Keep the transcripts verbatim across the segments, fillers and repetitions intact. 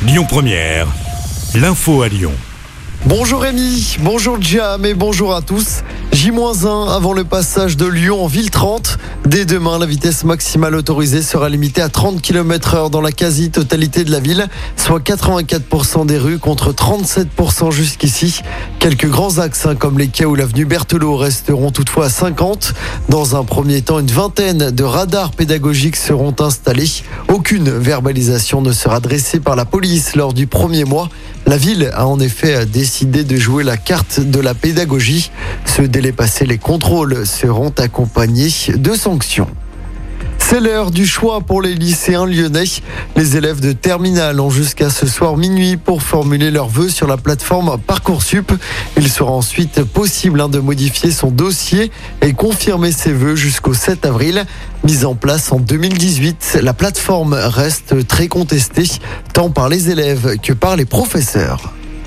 Lyon Première, l'info à Lyon. Bonjour Rémi, bonjour Jam et bonjour à tous. J moins un avant le passage de Lyon en ville trente. Dès demain, la vitesse maximale autorisée sera limitée à trente kilomètres heure dans la quasi-totalité de la ville, soit quatre-vingt-quatre pour cent des rues contre trente-sept pour cent jusqu'ici. Quelques grands axes hein, comme les quais ou l'avenue Berthelot resteront toutefois à cinquante. Dans un premier temps, une vingtaine de radars pédagogiques seront installés. Aucune verbalisation ne sera dressée par la police lors du premier mois. La ville a en effet décidé de jouer la carte de la pédagogie. Ce délai passé, les contrôles seront accompagnés de sanctions. C'est l'heure du choix pour les lycéens lyonnais. Les élèves de terminale ont jusqu'à ce soir minuit pour formuler leurs vœux sur la plateforme Parcoursup. Il sera ensuite possible de modifier son dossier et confirmer ses vœux jusqu'au sept avril. Mise en place en deux mille dix-huit, la plateforme reste très contestée, tant par les élèves que par les professeurs.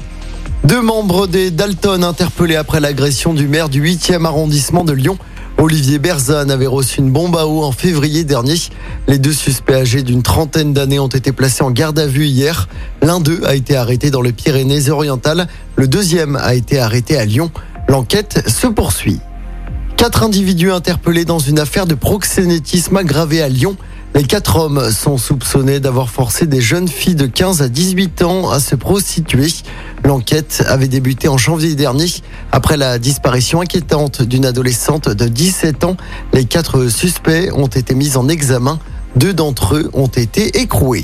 Deux membres des Dalton interpellés après l'agression du maire du huitième arrondissement de Lyon. Olivier Berzane avait reçu une bombe à eau en février dernier. Les deux suspects âgés d'une trentaine d'années ont été placés en garde à vue hier. L'un d'eux a été arrêté dans les Pyrénées-Orientales. Le deuxième a été arrêté à Lyon. L'enquête se poursuit. Quatre individus interpellés dans une affaire de proxénétisme aggravée à Lyon. Les quatre hommes sont soupçonnés d'avoir forcé des jeunes filles de quinze à dix-huit ans à se prostituer. L'enquête avait débuté en janvier dernier. Après la disparition inquiétante d'une adolescente de dix-sept ans, les quatre suspects ont été mis en examen. Deux d'entre eux ont été écroués.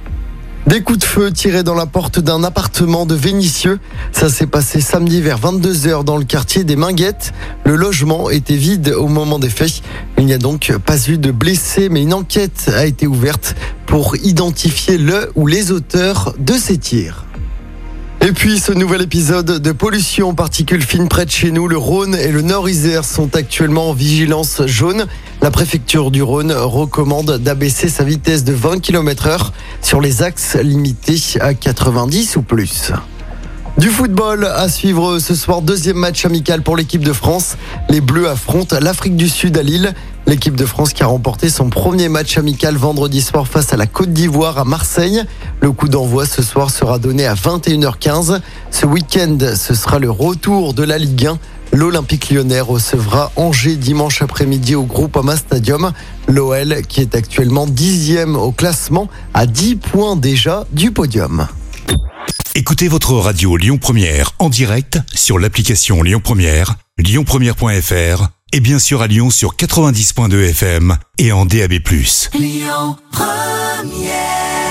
Des coups de feu tirés dans la porte d'un appartement de Vénissieux. Ça s'est passé samedi vers vingt-deux heures dans le quartier des Minguettes. Le logement était vide au moment des faits. Il n'y a donc pas eu de blessés, mais une enquête a été ouverte pour identifier le ou les auteurs de ces tirs. Et puis, ce nouvel épisode de pollution aux particules fines près de chez nous, le Rhône et le Nord-Isère sont actuellement en vigilance jaune. La préfecture du Rhône recommande d'abaisser sa vitesse de vingt kilomètres heure sur les axes limités à quatre-vingt-dix ou plus. Du football à suivre ce soir, deuxième match amical pour l'équipe de France. Les Bleus affrontent l'Afrique du Sud à Lille. L'équipe de France qui a remporté son premier match amical vendredi soir face à la Côte d'Ivoire à Marseille. Le coup d'envoi ce soir sera donné à vingt et une heures quinze. Ce week-end, ce sera le retour de la Ligue un. L'Olympique Lyonnais recevra Angers dimanche après-midi au Groupama Stadium. L'O L qui est actuellement dixième au classement à dix points déjà du podium. Écoutez votre radio Lyon Première en direct sur l'application Lyon Première, lyon première point f r et bien sûr à Lyon sur quatre-vingt-dix point deux F M et en D A B plus. Lyon Première.